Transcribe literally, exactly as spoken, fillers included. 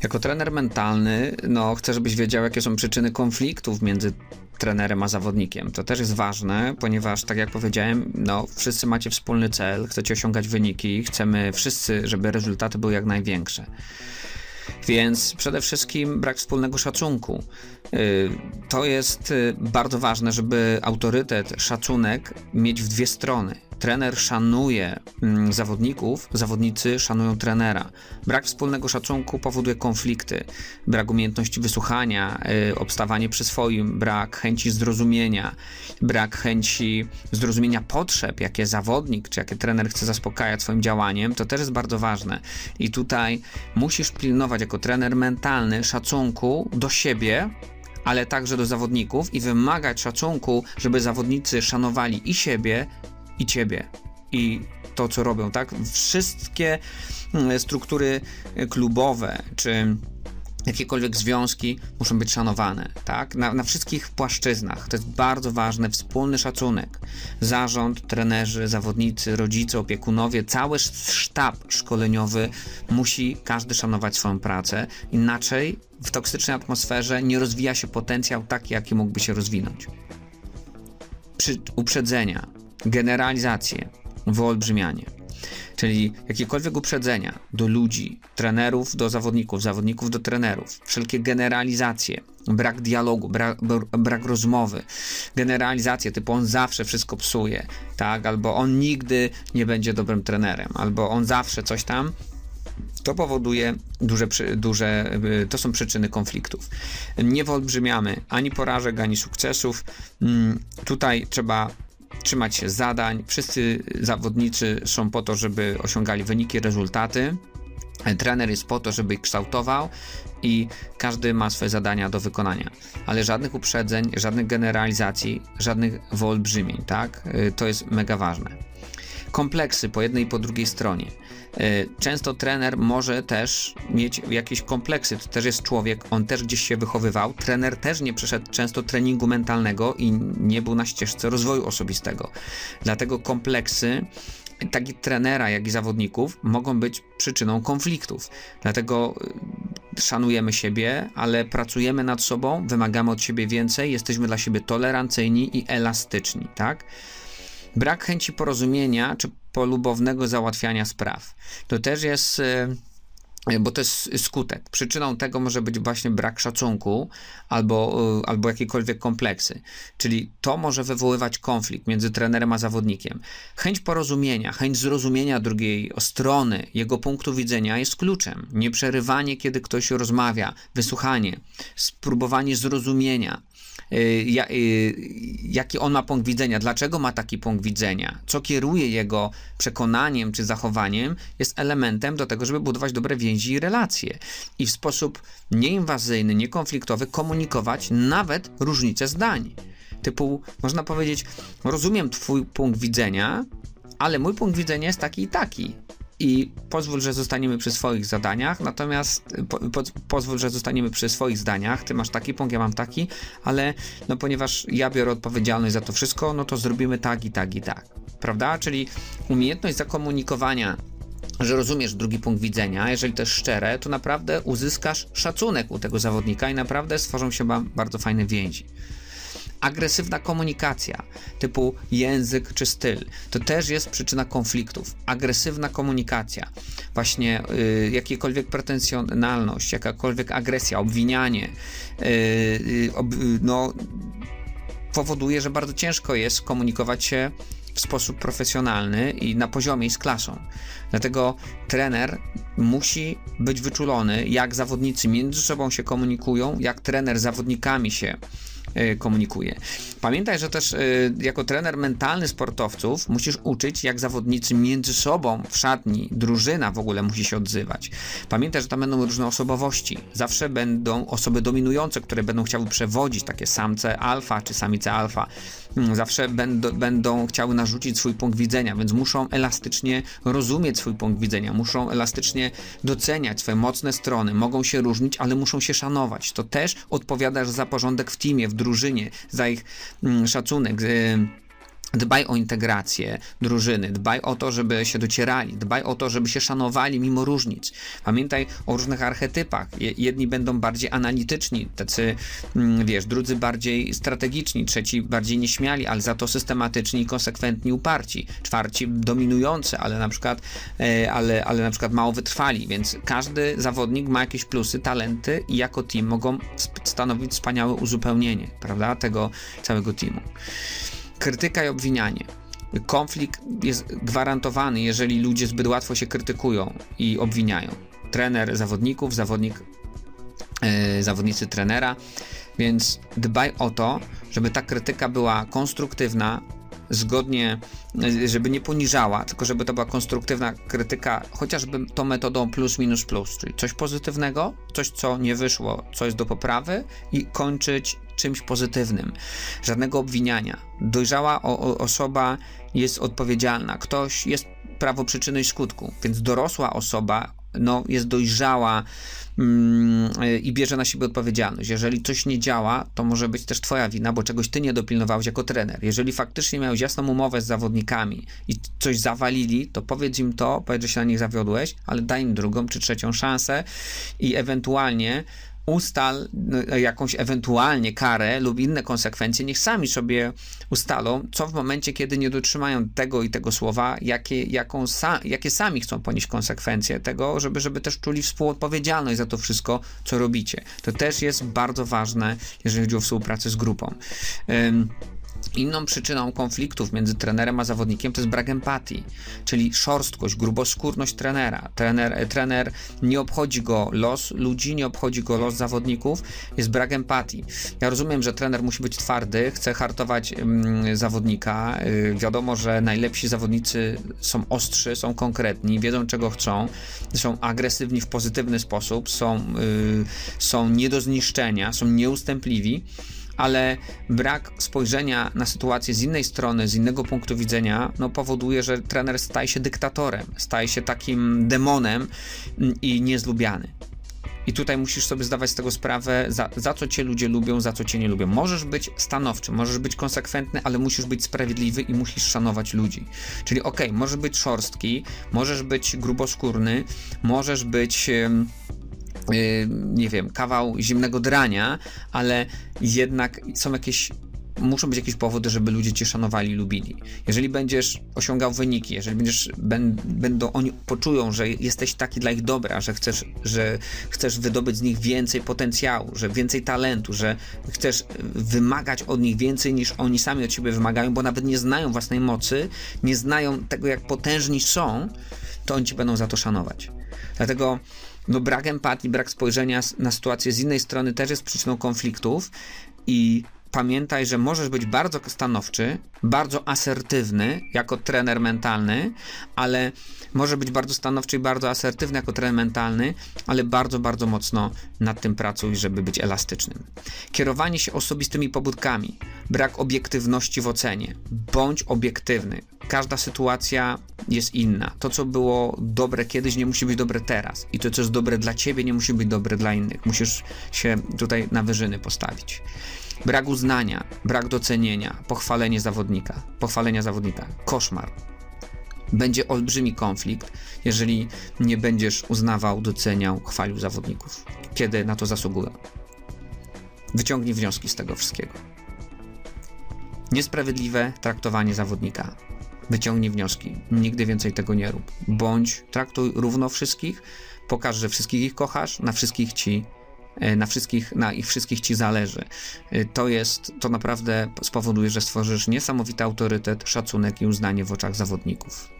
Jako trener mentalny, no chcę, żebyś wiedział, jakie są przyczyny konfliktów między trenerem a zawodnikiem. To też jest ważne, ponieważ tak jak powiedziałem, no wszyscy macie wspólny cel, chcecie osiągać wyniki, chcemy wszyscy, żeby rezultaty były jak największe. Więc przede wszystkim brak wspólnego szacunku. To jest bardzo ważne, żeby autorytet, szacunek mieć w dwie strony. Trener szanuje zawodników, zawodnicy szanują trenera. Brak wspólnego szacunku powoduje konflikty, brak umiejętności wysłuchania, obstawanie przy swoim, brak chęci zrozumienia, brak chęci zrozumienia potrzeb, jakie zawodnik czy jakie trener chce zaspokajać swoim działaniem. To też jest bardzo ważne. I tutaj musisz pilnować jako trener mentalny szacunku do siebie, ale także do zawodników i wymagać szacunku, żeby zawodnicy szanowali i siebie, i ciebie, i to, co robią, tak? Wszystkie struktury klubowe, czy jakiekolwiek związki muszą być szanowane, tak? Na, na wszystkich płaszczyznach. To jest bardzo ważne, wspólny szacunek. Zarząd, trenerzy, zawodnicy, rodzice, opiekunowie, cały sztab szkoleniowy musi każdy szanować swoją pracę, inaczej w toksycznej atmosferze nie rozwija się potencjał taki, jaki mógłby się rozwinąć. Przy uprzedzenia, generalizacje, wyolbrzymianie, czyli jakiekolwiek uprzedzenia do ludzi, trenerów do zawodników, zawodników do trenerów, wszelkie generalizacje, brak dialogu, brak, brak rozmowy, generalizacje typu on zawsze wszystko psuje, tak, albo on nigdy nie będzie dobrym trenerem, albo on zawsze coś tam, to powoduje duże, duże, to są przyczyny konfliktów. Nie wyolbrzymiamy ani porażek, ani sukcesów. Tutaj trzeba trzymać się zadań. Wszyscy zawodnicy są po to, żeby osiągali wyniki, rezultaty. Trener jest po to, żeby ich kształtował i każdy ma swoje zadania do wykonania. Ale żadnych uprzedzeń, żadnych generalizacji, żadnych wyolbrzymień, tak? To jest mega ważne. Kompleksy po jednej i po drugiej stronie. Często trener może też mieć jakieś kompleksy, to też jest człowiek, on też gdzieś się wychowywał, trener też nie przeszedł często treningu mentalnego i nie był na ścieżce rozwoju osobistego. Dlatego kompleksy tak i trenera, jak i zawodników mogą być przyczyną konfliktów. Dlatego szanujemy siebie, ale pracujemy nad sobą, wymagamy od siebie więcej, jesteśmy dla siebie tolerancyjni i elastyczni, tak? Brak chęci porozumienia czy polubownego załatwiania spraw. To też jest, bo to jest skutek. Przyczyną tego może być właśnie brak szacunku albo, albo jakiekolwiek kompleksy. Czyli to może wywoływać konflikt między trenerem a zawodnikiem. Chęć porozumienia, chęć zrozumienia drugiej strony, jego punktu widzenia jest kluczem. Nieprzerywanie, kiedy ktoś rozmawia, wysłuchanie, spróbowanie zrozumienia. Jaki on ma punkt widzenia, dlaczego ma taki punkt widzenia, co kieruje jego przekonaniem czy zachowaniem, jest elementem do tego, żeby budować dobre więzi i relacje i w sposób nieinwazyjny, niekonfliktowy komunikować nawet różnice zdań. Typu, można powiedzieć, rozumiem twój punkt widzenia, ale mój punkt widzenia jest taki i taki. I pozwól, że zostaniemy przy swoich zadaniach, natomiast po, po, pozwól, że zostaniemy przy swoich zdaniach, ty masz taki punkt, ja mam taki, ale no ponieważ ja biorę odpowiedzialność za to wszystko, no to zrobimy tak i tak i tak, prawda? Czyli umiejętność zakomunikowania, że rozumiesz drugi punkt widzenia, jeżeli to jest szczere, to naprawdę uzyskasz szacunek u tego zawodnika i naprawdę stworzą się bardzo fajne więzi. Agresywna komunikacja, typu język czy styl, to też jest przyczyna konfliktów. Agresywna komunikacja, właśnie y, jakiekolwiek pretensjonalność, jakakolwiek agresja, obwinianie, y, y, ob, y, no, powoduje, że bardzo ciężko jest komunikować się w sposób profesjonalny i na poziomie i z klasą. Dlatego trener musi być wyczulony, jak zawodnicy między sobą się komunikują, jak trener z zawodnikami się komunikuje. Pamiętaj, że też y, jako trener mentalny sportowców musisz uczyć, jak zawodnicy między sobą w szatni, drużyna w ogóle musi się odzywać. Pamiętaj, że tam będą różne osobowości. Zawsze będą osoby dominujące, które będą chciały przewodzić, takie samce alfa czy samice alfa. Zawsze będą, będą chciały narzucić swój punkt widzenia, więc muszą elastycznie rozumieć swój punkt widzenia, muszą elastycznie doceniać swoje mocne strony, mogą się różnić, ale muszą się szanować. To też odpowiadasz za porządek w teamie, w drużynie, za ich mm, szacunek, y, Dbaj o integrację drużyny, dbaj o to, żeby się docierali, dbaj o to, żeby się szanowali mimo różnic. Pamiętaj o różnych archetypach. Jedni będą bardziej analityczni, tacy, wiesz, drudzy bardziej strategiczni, trzeci bardziej nieśmiali, ale za to systematyczni i konsekwentni, uparci. Czwarci dominujący, ale na przykład, ale, ale na przykład mało wytrwali, więc każdy zawodnik ma jakieś plusy, talenty i jako team mogą stanowić wspaniałe uzupełnienie, prawda, tego całego teamu. Krytyka i obwinianie. Konflikt jest gwarantowany, jeżeli ludzie zbyt łatwo się krytykują i obwiniają. Trener zawodników, zawodnik, yy, zawodnicy trenera, więc dbaj o to, żeby ta krytyka była konstruktywna, zgodnie, żeby nie poniżała, tylko żeby to była konstruktywna krytyka, chociażby tą metodą plus minus plus, czyli coś pozytywnego, coś co nie wyszło, co jest do poprawy i kończyć czymś pozytywnym. Żadnego obwiniania. Dojrzała o, o, osoba jest odpowiedzialna. Ktoś jest prawo przyczyny i skutku, więc dorosła osoba no, jest dojrzała mm, i bierze na siebie odpowiedzialność. Jeżeli coś nie działa, to może być też twoja wina, bo czegoś ty nie dopilnowałeś jako trener. Jeżeli faktycznie miałeś jasną umowę z zawodnikami i coś zawalili, to powiedz im to, powiedz, że się na nich zawiodłeś, ale daj im drugą czy trzecią szansę i ewentualnie ustal jakąś ewentualnie karę lub inne konsekwencje, niech sami sobie ustalą, co w momencie, kiedy nie dotrzymają tego i tego słowa, jakie, jaką sa, jakie sami chcą ponieść konsekwencje tego, żeby, żeby też czuli współodpowiedzialność za to wszystko, co robicie. To też jest bardzo ważne, jeżeli chodzi o współpracę z grupą. Um, Inną przyczyną konfliktów między trenerem a zawodnikiem to jest brak empatii, czyli szorstkość, gruboskórność trenera. Trener, trener nie obchodzi go los ludzi, nie obchodzi go los zawodników, jest brak empatii. Ja rozumiem, że trener musi być twardy, chce hartować mm, zawodnika. Yy, wiadomo, że najlepsi zawodnicy są ostrzy, są konkretni, wiedzą czego chcą, są agresywni w pozytywny sposób, są, yy, są nie do zniszczenia, są nieustępliwi, ale brak spojrzenia na sytuację z innej strony, z innego punktu widzenia, no powoduje, że trener staje się dyktatorem, staje się takim demonem i niezlubiany. I tutaj musisz sobie zdawać z tego sprawę, za, za co cię ludzie lubią, za co cię nie lubią. Możesz być stanowczy, możesz być konsekwentny, ale musisz być sprawiedliwy i musisz szanować ludzi. Czyli okej, okay, możesz być szorstki, możesz być gruboskórny, możesz być... Yy, nie wiem, kawał zimnego drania, ale jednak są jakieś, muszą być jakieś powody, żeby ludzie cię szanowali i lubili. Jeżeli będziesz osiągał wyniki, jeżeli będziesz, będą, oni poczują, że jesteś taki dla ich dobra, że chcesz, że chcesz wydobyć z nich więcej potencjału, że więcej talentu, że chcesz wymagać od nich więcej niż oni sami od siebie wymagają, bo nawet nie znają własnej mocy, nie znają tego, jak potężni są, to oni cię będą za to szanować. Dlatego no brak empatii, brak spojrzenia na sytuację z innej strony też jest przyczyną konfliktów i pamiętaj, że możesz być bardzo stanowczy, bardzo asertywny jako trener mentalny, ale może być bardzo stanowczy i bardzo asertywny jako trener mentalny, ale bardzo, bardzo mocno nad tym pracuj, żeby być elastycznym. Kierowanie się osobistymi pobudkami, brak obiektywności w ocenie. Bądź obiektywny. Każda sytuacja jest inna. To, co było dobre kiedyś, nie musi być dobre teraz. I to, co jest dobre dla ciebie, nie musi być dobre dla innych. Musisz się tutaj na wyżyny postawić. Brak uznania, brak docenienia, pochwalenie zawodnika, pochwalenia zawodnika, koszmar. Będzie olbrzymi konflikt, jeżeli nie będziesz uznawał, doceniał, chwalił zawodników, kiedy na to zasługują. Wyciągnij wnioski z tego wszystkiego. Niesprawiedliwe traktowanie zawodnika. Wyciągnij wnioski. Nigdy więcej tego nie rób. Bądź, traktuj równo wszystkich, pokaż, że wszystkich ich kochasz, na wszystkich ci Na wszystkich, na ich wszystkich ci zależy. To jest, to naprawdę spowoduje, że stworzysz niesamowity autorytet, szacunek i uznanie w oczach zawodników.